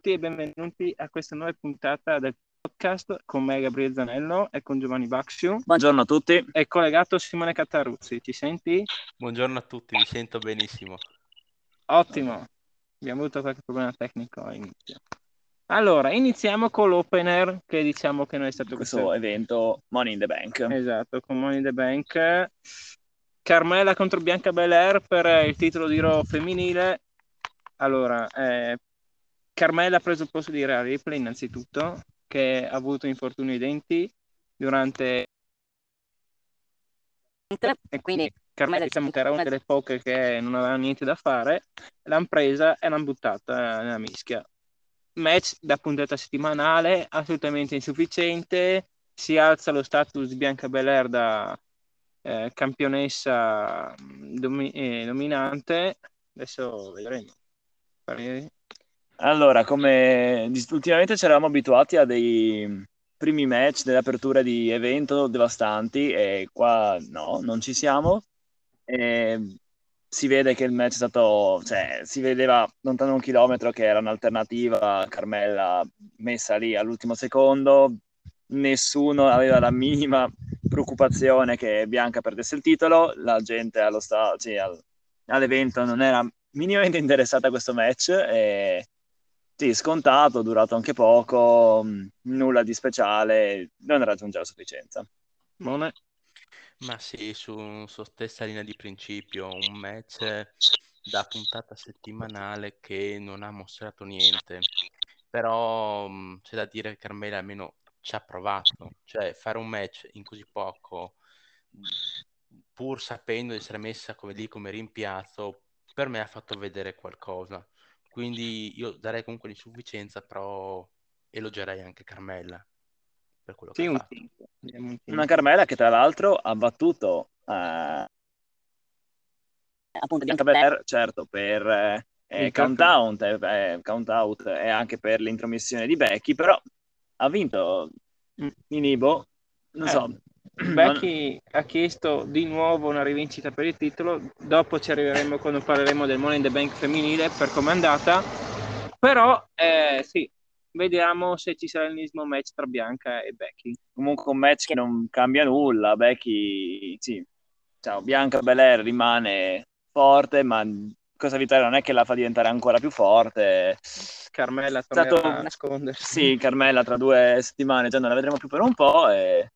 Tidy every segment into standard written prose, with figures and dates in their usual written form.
tutti e benvenuti a questa nuova puntata del podcast con me Gabriele Zanello e con Giovanni Baxio. Buongiorno a tutti. È collegato Simone Cattaruzzi, ci senti? Buongiorno a tutti, vi sento benissimo. Ottimo, abbiamo avuto qualche problema tecnico all'inizio. Allora, iniziamo con l'opener che diciamo che non è stato Questo evento Money in the Bank. Esatto, con Money in the Bank. Carmela contro Bianca Belair per il titolo di Raw femminile. Allora, Carmela ha preso il posto di Rhea Ripley innanzitutto, che ha avuto infortuni ai denti durante... E quindi Carmela diciamo che era una delle poche che non aveva niente da fare, l'hanno presa e l'hanno buttata nella mischia. Match da puntata settimanale, assolutamente insufficiente, si alza lo status di Bianca Belair da campionessa dominante, adesso vedremo. Allora, come ultimamente ci eravamo abituati a dei primi match delle aperture di evento devastanti e qua no, non ci siamo. E si vede che il match è stato, cioè si vedeva lontano un chilometro che era un'alternativa, Carmella messa lì all'ultimo secondo, nessuno aveva la minima preoccupazione che Bianca perdesse il titolo, la gente all'evento non era minimamente interessata a questo match e sì, scontato, durato anche poco, nulla di speciale, non raggiunge la sufficienza. Mone. Ma sì, su stessa linea di principio, un match da puntata settimanale che non ha mostrato niente. Però c'è da dire che Carmela almeno ci ha provato. Cioè, fare un match in così poco, pur sapendo di essere messa come lì come rimpiazzo, per me ha fatto vedere qualcosa. Quindi io darei comunque l'insufficienza, però elogerei anche Carmella per quello che Sì, ha un fatto. 5. Diamo un Una 5. Carmela che tra l'altro ha battuto appunto Bianca Belair, certo, per count out e anche per l'intromissione di Becky, però ha vinto in Ibo, non so. Becky ha chiesto di nuovo una rivincita per il titolo, dopo ci arriveremo quando parleremo del Money in the Bank femminile per com'è andata, però sì, vediamo se ci sarà il mismo match tra Bianca e Becky. Comunque un match che non cambia nulla, Becky, sì, ciao, Bianca Belair rimane forte, ma questa vittoria non è che la fa diventare ancora più forte. Carmella tornerà a nascondersi. Sì, Carmella tra 2 settimane già non la vedremo più per un po' e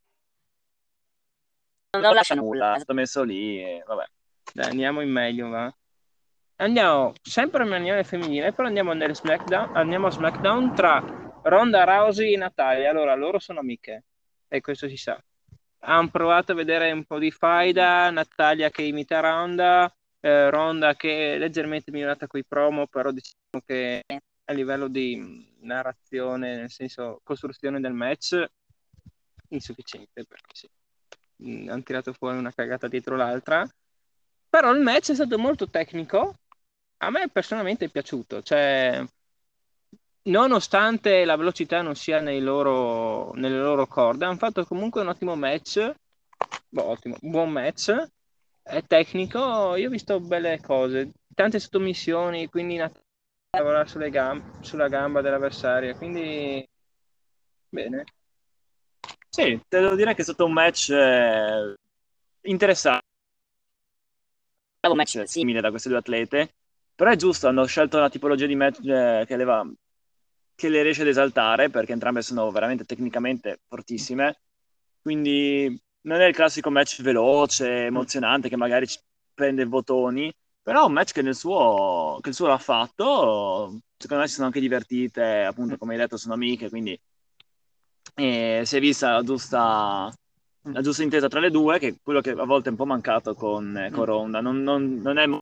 non lascia nulla, è stato messo lì e vabbè. Dai, andiamo in meglio, va. Andiamo sempre in maniera femminile, però andiamo a SmackDown tra Ronda Rousey e Natalia. Allora, loro sono amiche e questo si sa. Hanno provato a vedere un po' di faida, Natalia che imita Ronda, Ronda che è leggermente migliorata coi promo, però diciamo che a livello di narrazione, nel senso costruzione del match, insufficiente perché sì. Hanno tirato fuori una cagata dietro l'altra. Però il match è stato molto tecnico. A me personalmente è piaciuto. Cioè, nonostante la velocità non sia nelle loro corde, hanno fatto comunque un ottimo match. Ottimo, buon match. È tecnico. Io ho visto belle cose. Tante sottomissioni, quindi lavorare sulla gamba dell'avversaria. Quindi, bene. Sì, devo dire che è stato un match interessante. Un match simile da queste due atlete, però è giusto, hanno scelto una tipologia di match che le riesce ad esaltare, perché entrambe sono veramente tecnicamente fortissime, quindi non è il classico match veloce, emozionante, che magari prende votoni, però è un match che il suo l'ha fatto, secondo me si sono anche divertite, appunto come hai detto sono amiche, quindi si è vista la giusta intesa tra le due, che è quello che a volte è un po' mancato con Ronda, non è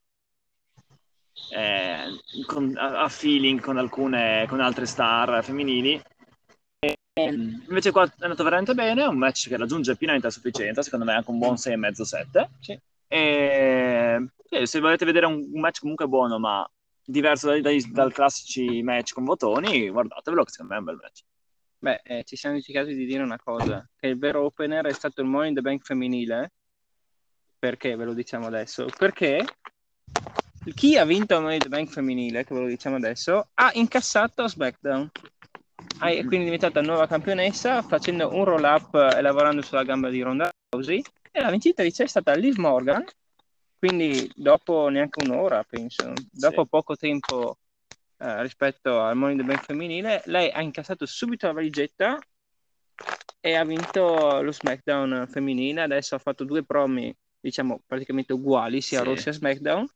a feeling con altre star femminili. Invece qua è andato veramente bene, è un match che raggiunge pienamente la sufficienza, secondo me anche un buon 6,5-7. Sì. E se volete vedere un match comunque buono, ma diverso dal classici match con votoni, guardatevelo, che secondo me è un bel match. Beh, ci siamo dimenticati di dire una cosa, che il vero opener è stato il Money in the Bank femminile. Perché ve lo diciamo adesso? Perché chi ha vinto il Money in the Bank femminile, che ve lo diciamo adesso, ha incassato SmackDown. È quindi diventata nuova campionessa facendo un roll up e lavorando sulla gamba di Ronda Rousey, e la vincitrice è stata Liv Morgan, quindi dopo neanche un'ora, penso, dopo poco tempo rispetto al Money in the Bank femminile, lei ha incassato subito la valigetta e ha vinto lo SmackDown femminile. Adesso ha fatto 2 promi, diciamo, praticamente uguali, sia Raw sia SmackDown.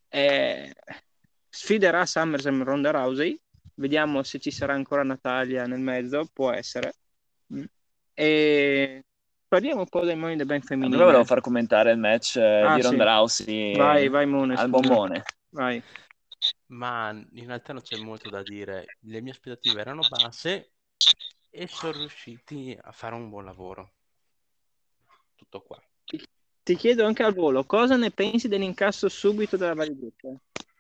Sfiderà SummerSlam Ronda Rousey. Vediamo se ci sarà ancora Natalia nel mezzo, può essere. E parliamo un po' del Money in the Bank femminile. Prima volevo far commentare il match di Ronda Rousey vai, Mone, al bombone. Vai. Ma in realtà non c'è molto da dire. Le mie aspettative erano basse e sono riusciti a fare un buon lavoro. Tutto qua. Ti chiedo anche al volo, cosa ne pensi dell'incasso subito della valigetta?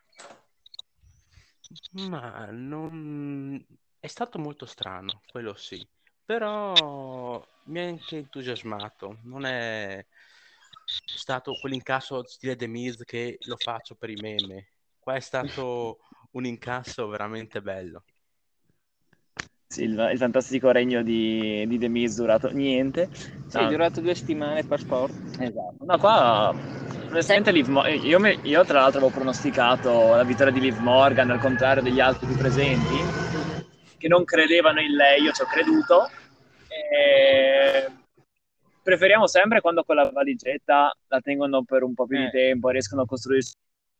Ma non... è stato molto strano, quello sì. Però mi ha anche entusiasmato. Non è stato quell'incasso stile The Miz che lo faccio per i meme. Qua è stato un incasso veramente bello. Sì, il fantastico regno di The Miz durato niente. Sì, è durato 2 settimane per sport. Esatto. No, qua onestamente io tra l'altro avevo pronosticato la vittoria di Liv Morgan, al contrario degli altri qui presenti, che non credevano in lei, io ci ho creduto. Preferiamo sempre quando con la valigetta la tengono per un po' più di tempo, riescono a costruirsi.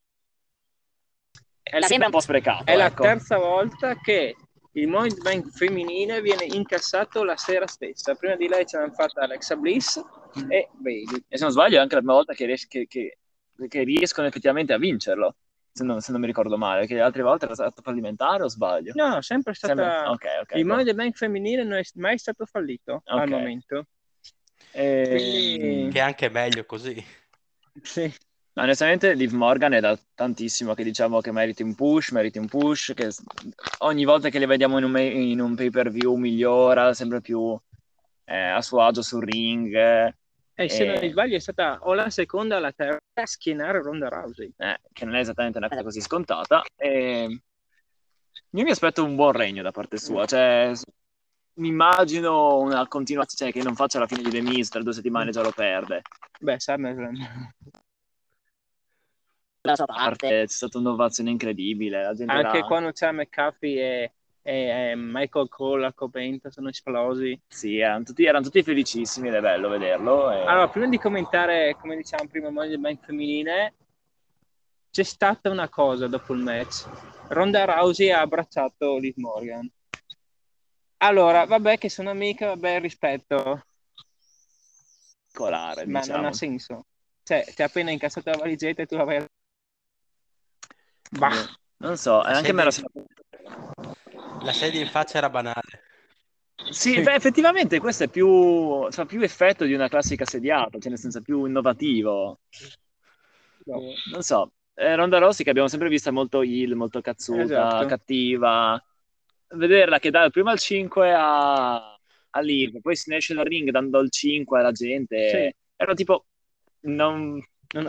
Sembra un po' sprecato. È la terza volta che il Money in the Bank femminile viene incassato la sera stessa. Prima di lei ce l'hanno fatta Alexa Bliss e Bayley. E se non sbaglio è anche la prima volta che riescono effettivamente a vincerlo, se non mi ricordo male, che le altre volte era stato fallimentare o sbaglio? No, sempre stata... Okay, il Money in the Bank femminile non è mai stato fallito al momento. Che è anche meglio così. Sì. Onestamente Liv Morgan è da tantissimo che diciamo che meriti un push, che ogni volta che le vediamo in un pay per view migliora, sempre più a suo agio sul ring. Se non mi sbaglio è stata o la seconda o la terza a schienare Ronda Rousey. Che non è esattamente una cosa così scontata. Io mi aspetto un buon regno da parte sua, cioè mi immagino una continuazione, cioè che non faccia la fine di The Miz, tra 2 settimane già lo perde. Beh, SummerSlam. Da sua parte c'è stata un'ovazione incredibile. La gente anche quando c'è McAfee e Michael Cole al commento sono esplosi. Sì, erano tutti felicissimi ed è bello vederlo. Allora, prima di commentare, come diciamo prima, Money in the Bank femminile, c'è stata una cosa dopo il match. Ronda Rousey ha abbracciato Liv Morgan. Allora, vabbè che sono amiche, vabbè il rispetto. Ma diciamo. Non ha senso. Cioè, ti ha appena incassato la valigetta e tu la vai a... Bah. Non so, anche me la sedia in faccia era banale. Sì, beh, effettivamente questo è più effetto di una classica sediata, cioè nel senso più innovativo. No. Non so, Ronda Rousey che abbiamo sempre vista molto heel, molto cazzuta, cattiva. Vederla che dà prima il 5 a Liv, poi se ne esce dal ring dando il 5 alla gente, era tipo non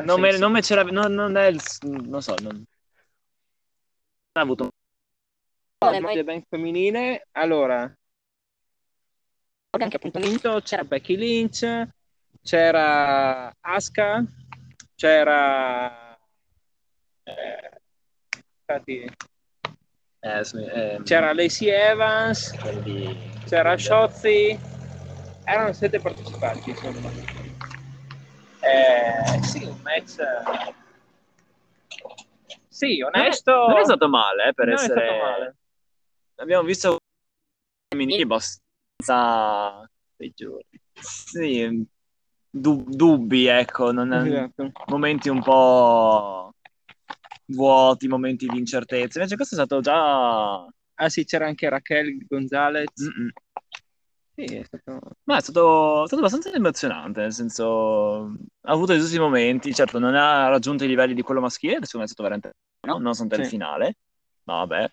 ha avuto il Bank femminile. Allora, anche appunto vinto, c'era Becky Lynch, c'era Asuka, c'era c'era Lacey Evans, c'era Shotzi, erano 7 partecipanti, insomma. Sì, un match sì, onesto. Non è stato male per essere. Non è stato male. Abbiamo visto femminili abbastanza peggiori. Sì, dubbi, ecco, momenti un po' vuoti, momenti di incertezza. Invece questo è stato già... Ah sì, c'era anche Raquel Gonzalez. Sì, è stato... Ma è stato abbastanza emozionante, nel senso ha avuto i giusti momenti, certo non ha raggiunto i livelli di quello maschile, che secondo me è stato veramente non sono per il finale, ma vabbè.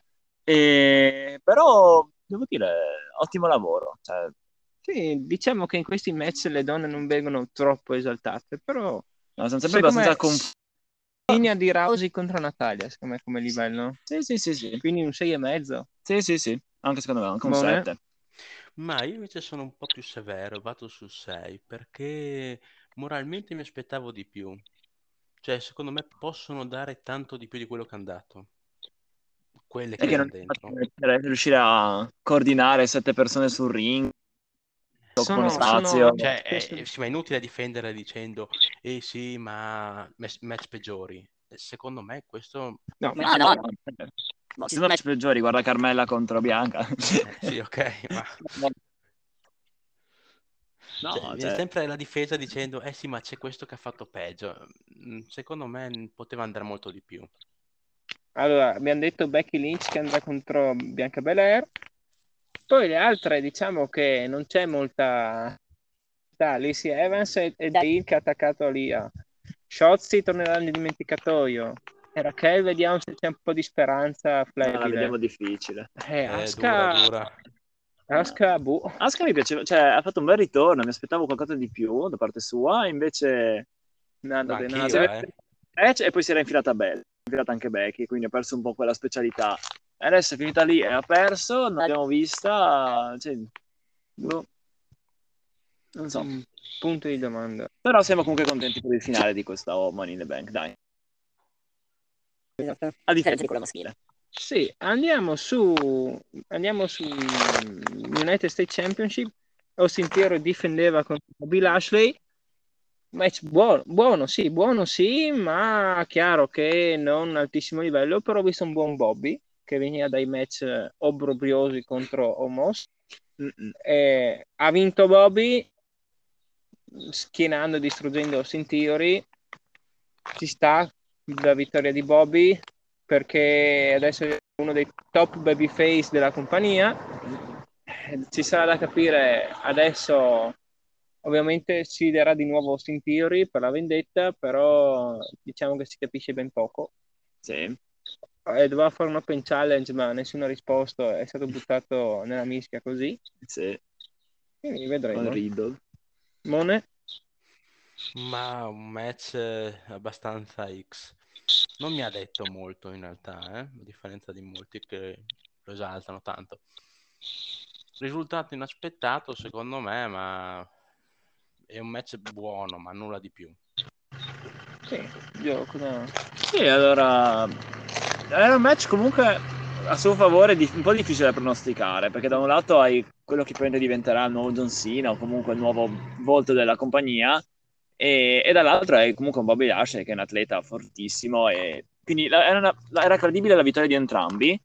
Però devo dire, ottimo lavoro. Cioè... Sì, diciamo che in questi match le donne non vengono troppo esaltate, però... No, sono sempre abbastanza linea di Rousey contro Natalia, secondo me, come livello. Sì. Quindi un 6,5. Sì. Anche secondo me, anche un Buone. 7. Ma io invece sono un po' più severo, vado sul 6 perché moralmente mi aspettavo di più. Cioè, secondo me possono dare tanto di più di quello che hanno dato. Quelle È che che non erano è dentro. facile riuscire a coordinare 7 persone sul ring, occupano Sono spazio. Cioè, spesso... sì, ma è inutile difendere dicendo, eh sì, ma match peggiori. Secondo me questo, No, No, ci sono match peggiori, guarda Carmella contro Bianca. sì, ok, ma cioè, No, viene sempre la difesa dicendo, eh sì, ma c'è questo che ha fatto peggio. Secondo me poteva andare molto di più. allora, abbiamo detto Becky Lynch che andrà contro Bianca Belair. Poi le altre, diciamo che non c'è molta... Lacey Evans e Dale che ha attaccato Lia. Shotzi tornerà nel dimenticatoio. E Raquel, vediamo se c'è un po' di speranza no, la vediamo flebile. difficile. Dura, Asuka... dura. Asuka, boh. Asuka mi piaceva, cioè ha fatto un bel ritorno, mi aspettavo qualcosa di più da parte sua, invece Nada Ma de anch'io, nada. Edge e poi si era infilata Bella, infilata anche Becky, quindi ha perso un po' quella specialità. E adesso è finita lì e ha perso, non l'abbiamo vista, cioè, boh, non so. Punto di domanda. Però siamo comunque contenti per il finale di questa Money in the Bank, dai. A differenza di quella maschile. Sì, andiamo su United States Championship. Austin Theory difendeva contro Bobby Lashley. Match buono sì, ma chiaro che non altissimo livello, però ho visto un buon Bobby che veniva dai match obbrobriosi contro Omos. Ha vinto Bobby schienando e distruggendo Austin Theory. Ci sta la vittoria di Bobby perché adesso è uno dei top babyface della compagnia. Ci sarà da capire adesso, ovviamente si darà di nuovo Austin Theory per la vendetta, però diciamo che si capisce ben poco. Sì. Doveva fare un open challenge ma nessuno ha risposto, è stato buttato nella mischia così. Sì. Quindi vedremo. Con Riddle. Mone? Ma un match abbastanza X. Non mi ha detto molto in realtà, a differenza di molti che lo esaltano tanto. Risultato inaspettato secondo me, ma è un match buono, ma nulla di più. Sì, io cosa... Sì, allora era un match comunque a suo favore un po' difficile da pronosticare, perché da un lato hai quello che probabilmente diventerà il nuovo John Cena o comunque il nuovo volto della compagnia e dall'altro hai comunque un Bobby Lashley che è un atleta fortissimo e quindi era credibile la vittoria di entrambi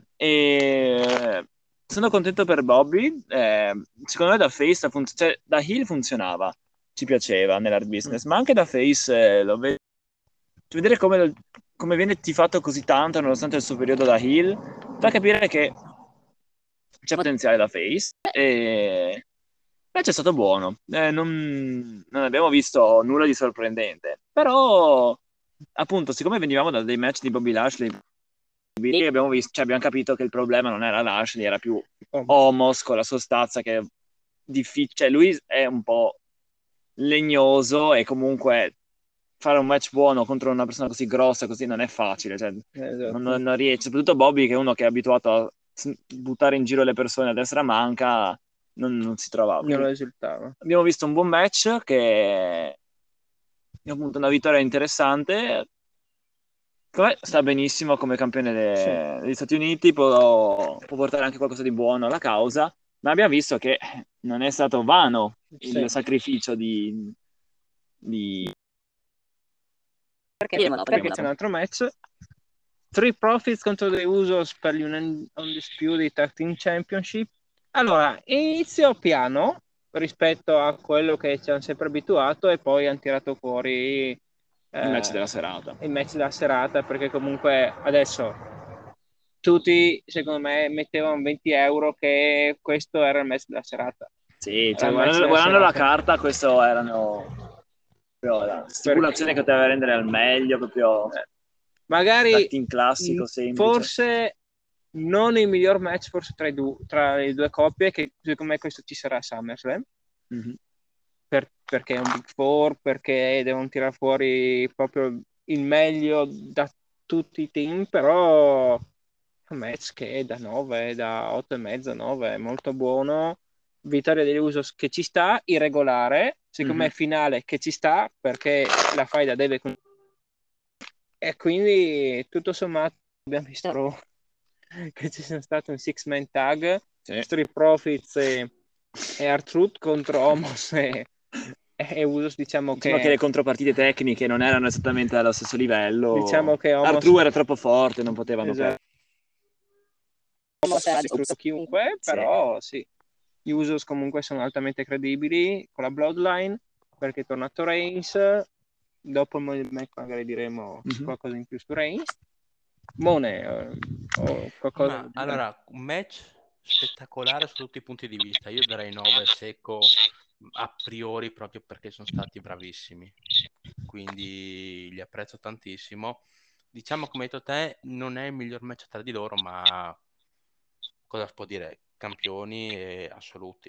e sono contento per Bobby. Secondo me da face, cioè, da heel funzionava, ci piaceva nell'hard business, ma anche da face lo vedo vedere come viene tifato così tanto nonostante il suo periodo da heel fa capire che c'è potenziale da face e invece è stato buono. Non abbiamo visto nulla di sorprendente, però appunto siccome venivamo da dei match di Bobby Lashley abbiamo visto, cioè, abbiamo capito che il problema non era Lashley, era più Omos con la sua stazza che è difficile, cioè lui è un po' legnoso e comunque fare un match buono contro una persona così grossa così non è facile, cioè, Esatto. non riesce, soprattutto Bobby che è uno che è abituato a buttare in giro le persone a destra manca, non si trovava. Non risultava. Abbiamo visto un buon match che è appunto una vittoria interessante. Sta benissimo come campione degli Stati Uniti, può portare anche qualcosa di buono alla causa, ma abbiamo visto che non è stato vano il sacrificio di... Perché c'è un altro match. Street Profits contro The Usos per gli Undisputed Tag Team Championship. Allora, inizio piano rispetto a quello che ci hanno sempre abituato e poi hanno tirato fuori il match della serata. Il match della serata perché comunque adesso tutti, secondo me, mettevano 20 euro che questo era il match della serata. Sì, cioè, guardando la carta, questo erano proprio la stipulazione che poteva rendere al meglio, proprio magari team classico, semplice. Forse non il miglior match forse tra le due coppie, che secondo me questo ci sarà a SummerSlam. Perché è un Big Four, perché devono tirare fuori proprio il meglio da tutti i team, però è un match che è da 9, da 8,5, 9, è molto buono. Vittoria degli Usos che ci sta, irregolare, secondo me finale che ci sta perché la faida deve e quindi tutto sommato abbiamo visto che ci sono stato un six-man tag, Sì. Street Profits e R-Truth contro Homos e Usos, diciamo che le contropartite tecniche non erano esattamente allo stesso livello. Diciamo che Homos Artru era troppo forte, non potevano esatto. Homos ha distrutto chiunque, però sì. Gli Usos comunque sono altamente credibili con la Bloodline, perché è tornato Reigns. Dopo il Money in the Bank magari diremo qualcosa in più su Reigns. Mone o qualcosa. Ma allora, un match spettacolare su tutti i punti di vista. Io darei 9 secco a priori proprio perché sono stati bravissimi. Quindi li apprezzo tantissimo. Diciamo, come hai detto te, non è il miglior match tra di loro, ma cosa si può dire? Campioni assoluti.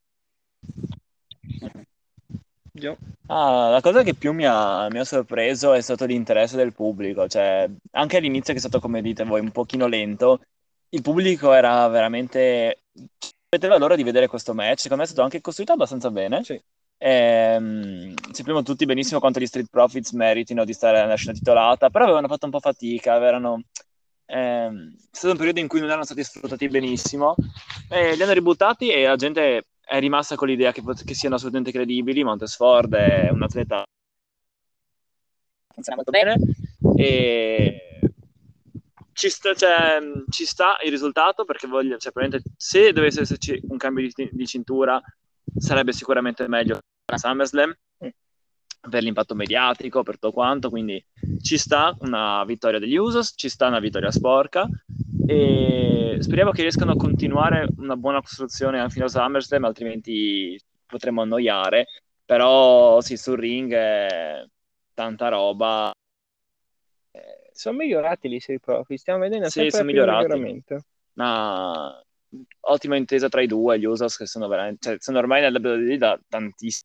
La cosa che più mi ha sorpreso è stato l'interesse del pubblico, cioè anche all'inizio che è stato, come dite voi, un pochino lento, il pubblico era veramente... vedeva l'ora di vedere questo match, secondo me è stato anche costruito abbastanza bene. Sì. Sappiamo tutti benissimo quanto gli Street Profits meritino di stare nella scena titolata, però avevano fatto un po' fatica, è stato un periodo in cui non erano stati sfruttati benissimo, li hanno ributtati e la gente è rimasta con l'idea che siano assolutamente credibili. Montesford è un atleta che funziona molto bene e ci sta il risultato, perché probabilmente se dovesse esserci un cambio di cintura sarebbe sicuramente meglio a SummerSlam per l'impatto mediatico, per tutto quanto, quindi ci sta una vittoria degli Usos, ci sta una vittoria sporca e speriamo che riescano a continuare una buona costruzione anche fino a SummerSlam, altrimenti potremmo annoiare. Però sì, sul ring è tanta roba. Sono migliorati gli Street Profits, stiamo vedendo Sì, sempre sono più migliorati. miglioramento. Ma ottima intesa tra i due, gli Usos che sono veramente, cioè, sono ormai nella WWE da tantissimo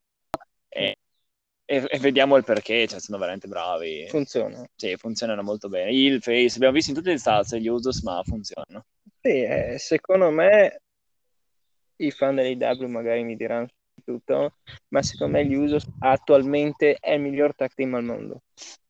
e vediamo il perché, cioè sono veramente bravi. Funziona. Sì, funzionano molto bene. Il face, abbiamo visto in tutte le salse gli Usos, ma funzionano. Sì, secondo me i fan dell'AEW magari mi diranno tutto, ma secondo me gli Usos attualmente è il miglior tag team al mondo.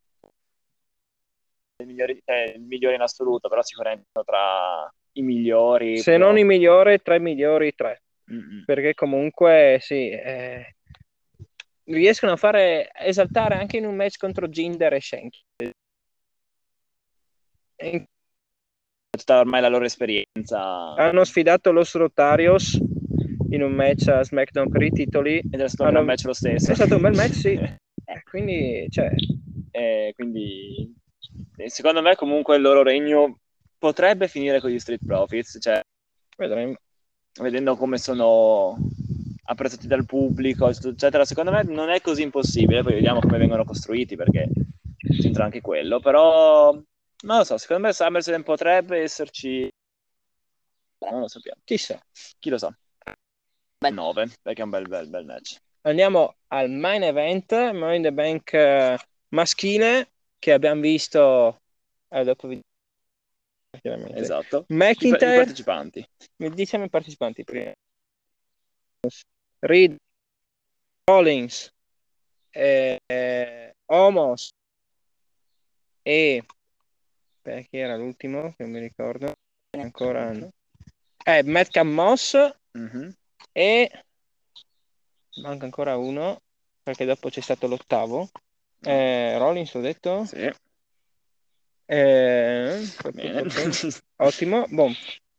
Il migliore in assoluto, però sicuramente tra i migliori. Se non i migliori, tra i migliori, tre. Perché comunque sì, riescono a fare esaltare anche in un match contro Jinder e Shanky. Tutta ormai la loro esperienza. Hanno sfidato los Rotarios in un match a SmackDown per i titoli. Ed è stato un bel match lo stesso. È stato un bel match, sì. Quindi, quindi secondo me comunque il loro regno potrebbe finire con gli Street Profits, cioè vedremo. Vedendo come sono apprezzati dal pubblico, eccetera, secondo me non è così impossibile. Poi vediamo come vengono costruiti, perché c'entra anche quello, però non lo so, secondo me SummerSlam potrebbe esserci, non lo sappiamo, chissà, chi lo sa. Bel 9, perché è un bel match. Andiamo al main event, Money in the Bank maschile, che abbiamo visto dopo esatto. McIntyre, I partecipanti. Diciamo i partecipanti prima. Reed, Rollins, Omos e perché era l'ultimo che non mi ricordo ancora Matt Moss e manca ancora uno perché dopo c'è stato l'ottavo. Rollins l'ho detto? Sì. Ottimo. Boh.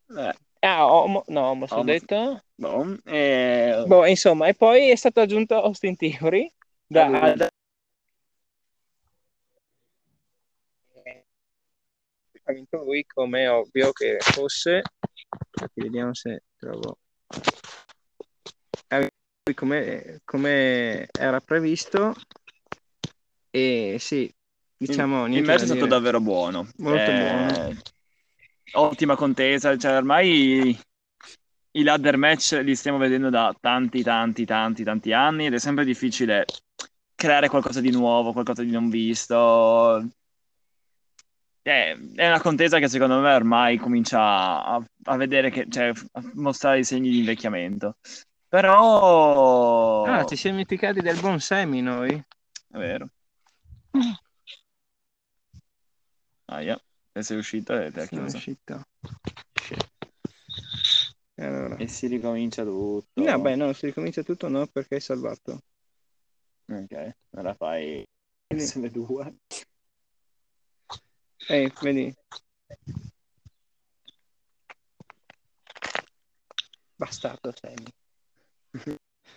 Omos l'ho detto. Insomma, e poi è stato aggiunto Austin Theory ha vinto lui, come è ovvio che fosse. Vediamo se trovo come era previsto. E sì, diciamo il match è stato davvero buono, molto buono, ottima contesa, cioè ormai i ladder match li stiamo vedendo da tanti anni ed è sempre difficile creare qualcosa di nuovo, qualcosa di non visto. È una contesa che secondo me ormai comincia a vedere cioè, a mostrare i segni di invecchiamento. Però ci siamo dimenticati del buon Semi noi. è vero. Sei uscito e ti ha Sono chiuso. uscito. Allora. E si ricomincia tutto. No, beh, no, si ricomincia tutto no, perché hai salvato. Ok, ora fai SM2. Vedi. Bastardo Semi.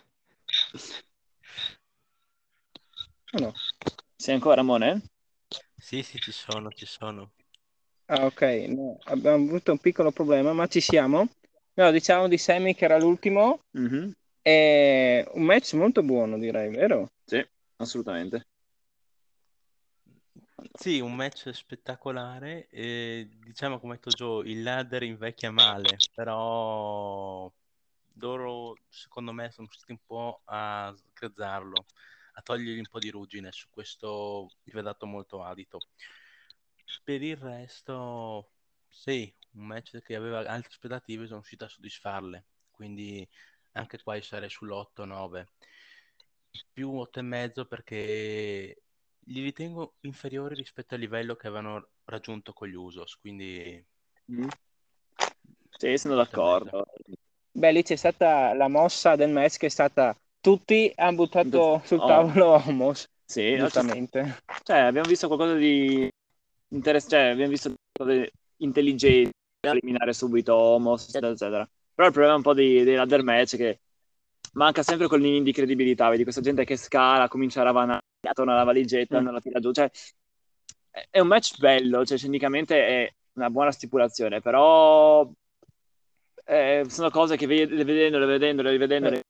Oh no. Sei ancora, Ramone? Sì, ci sono. Ah, ok, no, abbiamo avuto un piccolo problema, ma ci siamo. No, diciamo di Semi che era l'ultimo. Mm-hmm. È un match molto buono, direi, vero? Sì, assolutamente. Sì, un match spettacolare. Diciamo come ha detto Joe, il ladder invecchia male, però loro secondo me sono riusciti un po' a sgrezzarlo, a togliergli un po' di ruggine. Su questo gli ha dato molto adito. Per il resto, sì, un match che aveva altre aspettative, sono riuscito a soddisfarle. Quindi anche qua io sarei sull'8-9. Più 8,5 perché li ritengo inferiori rispetto al livello che avevano raggiunto con gli Usos. Quindi Sì, sono 8,5. d'accordo. Beh, lì c'è stata la mossa del match che è stata tutti hanno buttato sul tavolo Homos, sì, giustamente. Cioè, abbiamo visto qualcosa di interessante, cioè, abbiamo visto cose intelligenti, eliminare subito Homos, eccetera, eccetera. Però il problema è un po' dei ladder match che manca sempre quel minimo di credibilità, vedi questa gente che scala, comincia a ravanare, torna alla valigetta, non la tira giù, cioè è un match bello, cioè tecnicamente è una buona stipulazione, però sono cose che rivedendole,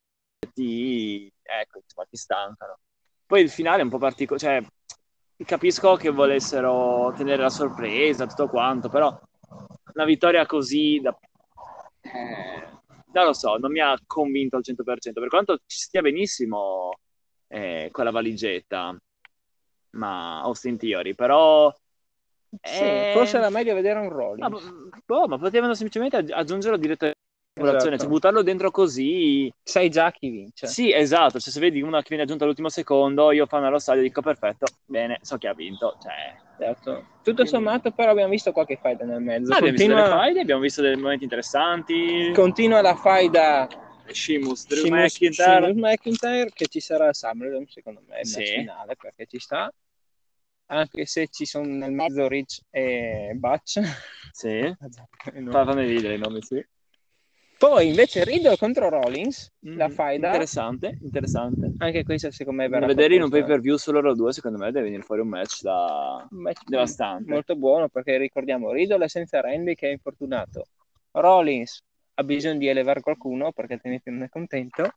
ti stancano. Poi il finale è un po' particolare, cioè capisco che volessero tenere la sorpresa, tutto quanto, però una vittoria così non lo so, non mi ha convinto al 100%, per quanto ci stia benissimo con la valigetta, ma Austin Theory, però Sì, forse era meglio vedere un Rollins. ma potevano semplicemente aggiungerlo direttamente alla simulazione, Esatto. cioè buttarlo dentro così. Sai già chi vince. Sì, esatto, cioè se vedi una che viene aggiunta all'ultimo secondo, io fanno allo stadio e dico perfetto, bene, so chi ha vinto, cioè. Certo. Tutto sommato però abbiamo visto qualche faida nel mezzo. Abbiamo visto delle faide, abbiamo visto dei momenti interessanti. Continua la faida Sheamus, Drew Sheamus McIntyre che ci sarà a SummerSlam secondo me, il match finale, perché ci sta. Anche se ci sono nel mezzo Rich e Butch. Sì, fammi vedere i nomi, sì. Poi invece Riddle contro Rollins, la faida. Interessante. Anche questa secondo me verrà vedere in un pay-per-view su loro due, secondo me deve venire fuori un match devastante. Molto buono, perché ricordiamo, Riddle è senza Randy che è infortunato. Rollins ha bisogno di elevare qualcuno perché altrimenti non è contento.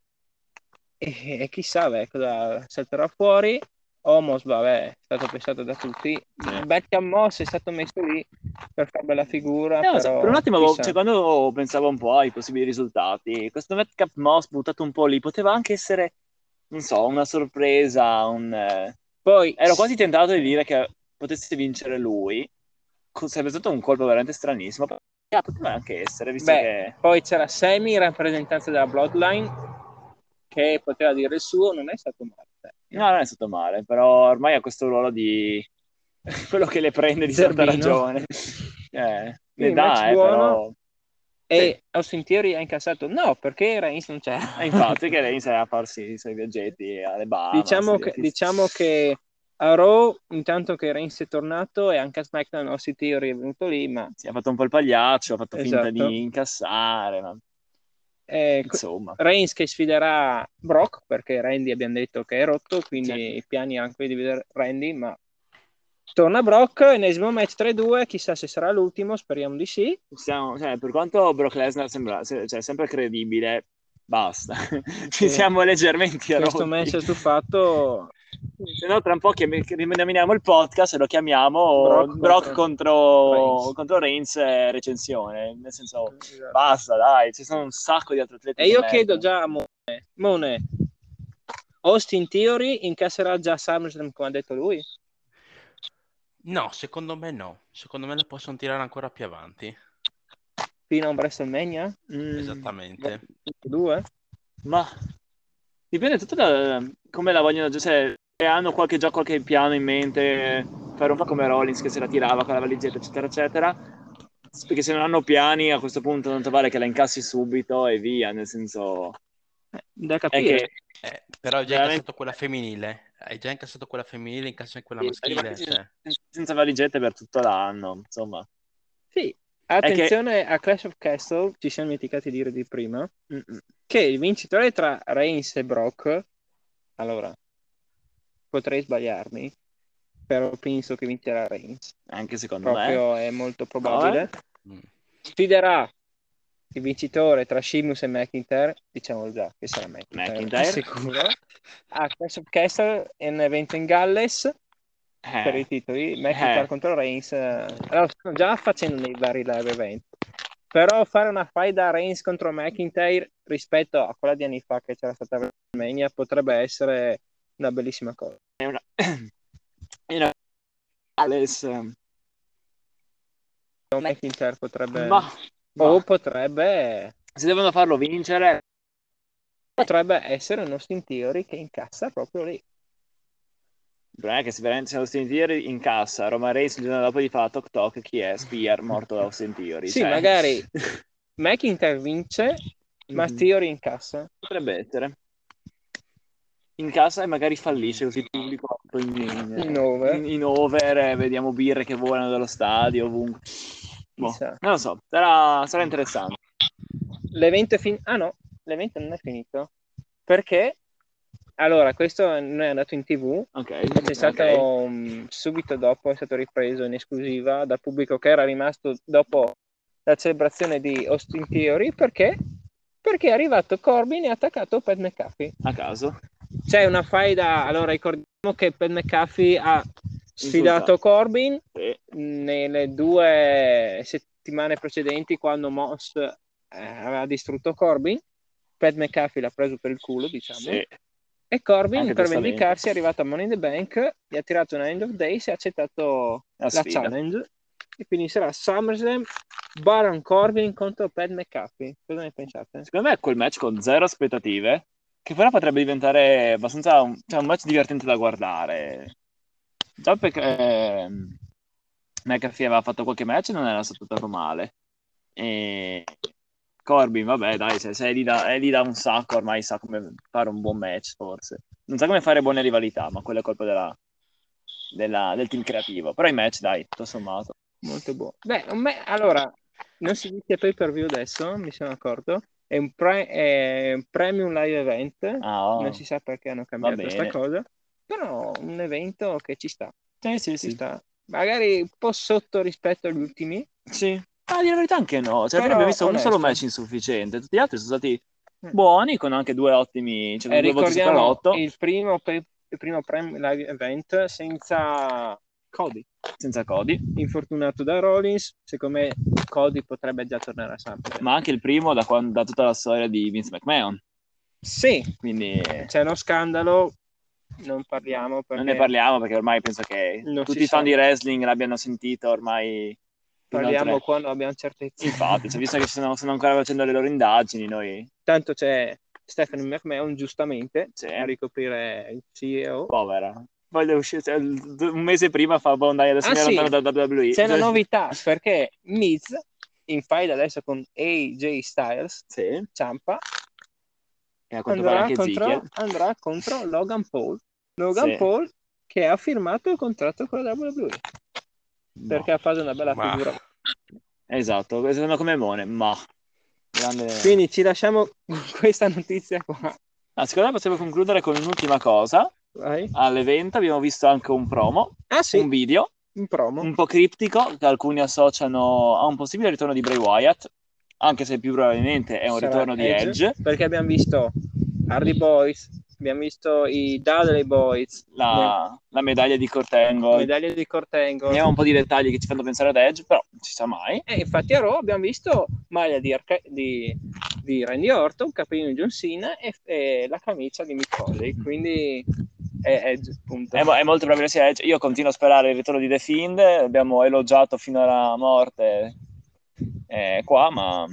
E chissà cosa salterà fuori. Omos, vabbè, è stato pensato da tutti. Beckham Moss è stato messo lì per fare bella figura. Però, per un attimo, cioè, quando pensavo un po' ai possibili risultati, questo Metcalf Moss buttato un po' lì poteva anche essere, non so, una sorpresa. Poi ero quasi tentato di dire che potesse vincere lui. Sarebbe stato un colpo veramente stranissimo. Poteva anche essere, visto che. Poi c'era Semi in rappresentanza della Bloodline che poteva dire il suo, non è stato male. No, non è stato male, però ormai ha questo ruolo di quello che le prende di santa ragione. Ne dà, però. E Austin Theory ha incassato no, perché Reigns non c'era. Infatti che Reigns è a farsi i suoi viaggetti alle Bahamas. Diciamo che a Raw, intanto che Reigns è tornato e anche a SmackDown Austin Theory è venuto lì, ma si è fatto un po' il pagliaccio, ha fatto finta di incassare, ma. Insomma. Reigns che sfiderà Brock, perché Randy abbiamo detto che è rotto, quindi i piani anche di vedere Randy, ma torna Brock, ennesimo match 3-2, chissà se sarà l'ultimo, speriamo di sì. Per quanto Brock Lesnar sembra sempre credibile, basta. Ci siamo leggermente rotti. Questo match è stufato. Se no, tra un po' rinominiamo il podcast e lo chiamiamo Brock contro Reigns recensione. Nel senso, basta, dai, ci sono un sacco di altri atleti. E io chiedo già a Mone, Austin Theory incasserà già SummerSlam come ha detto lui? No, secondo me no. Secondo me la possono tirare ancora più avanti. Fino a un WrestleMania? Esattamente. 2? Ma dipende tutto da come la vogliono, se hanno già qualche piano in mente, fare un po' come Rollins che se la tirava con la valigetta, eccetera, eccetera. Perché se non hanno piani, a questo punto non ti vale che la incassi subito e via, nel senso... Da È capire. che Però hai già veramente incassato quella femminile. Hai già incassato quella femminile, incassi quella maschile. Cioè. senza valigette per tutto l'anno, insomma. Sì, attenzione a Clash of Castle, ci siamo dimenticati di dire di prima, che il vincitore tra Reigns e Brock, allora, potrei sbagliarmi, però penso che vincerà Reigns. Anche secondo Proprio me. è molto probabile. Mm. Sfiderà il vincitore tra Sheamus e McIntyre, diciamo già che sarà McIntyre. Sicuro. A Clash of Castle è un evento in Galles per i titoli, McIntyre contro Reigns. Allora, stanno già facendo nei vari live event. Però fare una fight da Reigns contro McIntyre rispetto a quella di anni fa che c'era stata a WrestleMania potrebbe essere una bellissima cosa. È una Galles. McIntyre potrebbe Ma potrebbe se devono farlo vincere, essere uno Austin Theory che incassa proprio lì. il problema è che se veramente se Austin Theory incassa, Roman Reigns il giorno dopo gli fa toc toc, chi è? Spear, morto da Austin Theory. Sì, magari McIntyre vince, ma Theory incassa. Potrebbe essere. Incassa e magari fallisce, così il pubblico in over, vediamo birre che volano dallo stadio, ovunque. Non lo so, sarà interessante. L'evento l'evento non è finito. Perché? Allora, questo non è andato in TV, c'è stato subito dopo, è stato ripreso in esclusiva dal pubblico che era rimasto dopo la celebrazione di Austin Theory, perché è arrivato Corbin e ha attaccato Pat McAfee. A caso. C'è una faida, allora ricordiamo che Pat McAfee ha sfidato Corbin nelle 2 settimane precedenti quando Moss aveva distrutto Corbin. Pat McAfee l'ha preso per il culo, diciamo. Sì. E Corbin, per vendicarsi, è arrivato a Money in the Bank, gli ha tirato una End of Days e ha accettato la challenge. E quindi sarà SummerSlam Baron Corbin contro Pat McAfee. Cosa ne pensate? Secondo me è quel match con zero aspettative, che però potrebbe diventare abbastanza un match divertente da guardare. Già perché McAfee aveva fatto qualche match e non era stato tanto male. E Corbin, vabbè, dai, se è lì da un sacco, ormai sa come fare un buon match, forse. Non sa come fare buone rivalità, ma quello è colpa del team creativo. Però i match, dai, tutto sommato. Molto buono. Beh, allora, non si dice pay per view adesso, mi sono accorto. È un premium live event. Non si sa perché hanno cambiato questa cosa. Però un evento che ci sta. Sì. Sta. Magari un po' sotto rispetto agli ultimi. Sì. Ma di la verità anche no. Cioè, abbiamo visto un solo match insufficiente. Tutti gli altri sono stati buoni, con anche 2 ottimi. Cioè, 2 voti sopra l'8. Il primo premium live event senza Cody. Infortunato da Rollins, secondo me Cody potrebbe già tornare a SummerSlam. Ma anche il primo da tutta la storia di Vince McMahon. Sì, quindi c'è uno scandalo, non ne parliamo perché ormai penso che tutti i fan di wrestling l'abbiano sentito ormai. Parliamo quando abbiamo certezza. Infatti, visto che stanno ancora facendo le loro indagini, noi... Tanto c'è Stephanie McMahon, giustamente, a ricoprire il CEO. Povera. Voglio uscire, un mese prima fa andare adesso da WWE. C'è una novità, perché Miz in fight adesso con AJ Styles, ciampa, e a quanto pare anche andrà contro Logan Paul. Paul che ha firmato il contratto con la WWE. Perché ha fatto una bella figura. Esatto, sono come Mone, grande... Quindi ci lasciamo con questa notizia qua. Secondo me possiamo concludere con un'ultima cosa. Vai. All'evento abbiamo visto anche un promo, un video, un promo un po' criptico, che alcuni associano a un possibile ritorno di Bray Wyatt, anche se più probabilmente è un ritorno di Edge. Perché abbiamo visto Hardy Boys, abbiamo visto i Dudley Boys, la medaglia di Kurt Angle. medaglie di Kurt Angle. Abbiamo un po' di dettagli che ci fanno pensare ad Edge, però non si sa mai. E infatti a Raw abbiamo visto maglia di Randy Orton, capellino di John Cena e la camicia di Mick Foley, quindi è Edge, appunto. È molto probabile sia Edge. Io continuo a sperare il ritorno di The Fiend, abbiamo elogiato fino alla morte qua, ma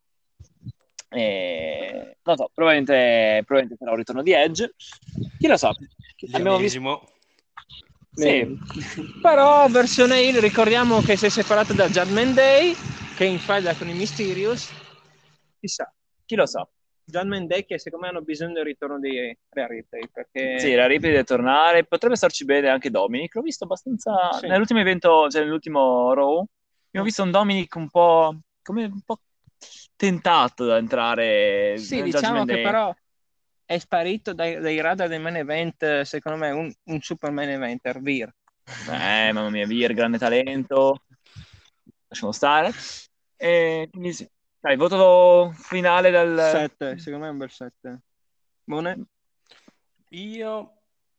non so, probabilmente sarà un ritorno di Edge, chi lo sa. Abbiamo visto L'ennesimo. sì. Però versione heel, ricordiamo che si è separato da Judgment Day, che in faida con i Mysterious, chissà, Chi lo sa. Judgment Day che secondo me hanno bisogno del ritorno di Rhea Ripley, perché Sì, la Ripley deve tornare, potrebbe starci bene anche Dominic, l'ho visto abbastanza Sì. nell'ultimo evento, cioè nell'ultimo Raw, abbiamo visto un Dominic un po' tentato da entrare sì, nel diciamo Judgment che Day. però è sparito dai radar del main event, secondo me un super main eventer, Veer. Mamma mia, Veer, grande talento, lasciamo stare. E quindi sì. Dai, voto finale dal 7, secondo me è un bel 7. Mone? Io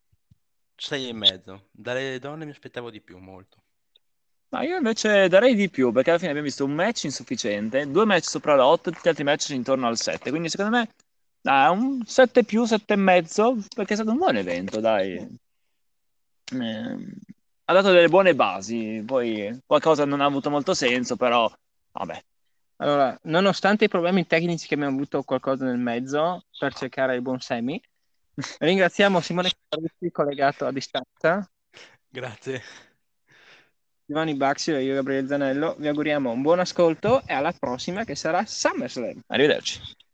6,5. Dalle donne mi aspettavo di più, molto. Ma io invece darei di più, perché alla fine abbiamo visto un match insufficiente, 2 match sopra l'8, tutti gli altri match intorno al 7, quindi secondo me un 7 più, 7 e mezzo, perché è stato un buon evento, dai. Ha dato delle buone basi, poi qualcosa non ha avuto molto senso, però vabbè. Allora, nonostante i problemi tecnici che abbiamo avuto qualcosa nel mezzo per cercare il buon Semi, ringraziamo Simone Carlucci collegato a distanza, Grazie. Giovanni Baxi e io Gabriele Zanello. Vi auguriamo un buon ascolto e alla prossima che sarà SummerSlam. Arrivederci.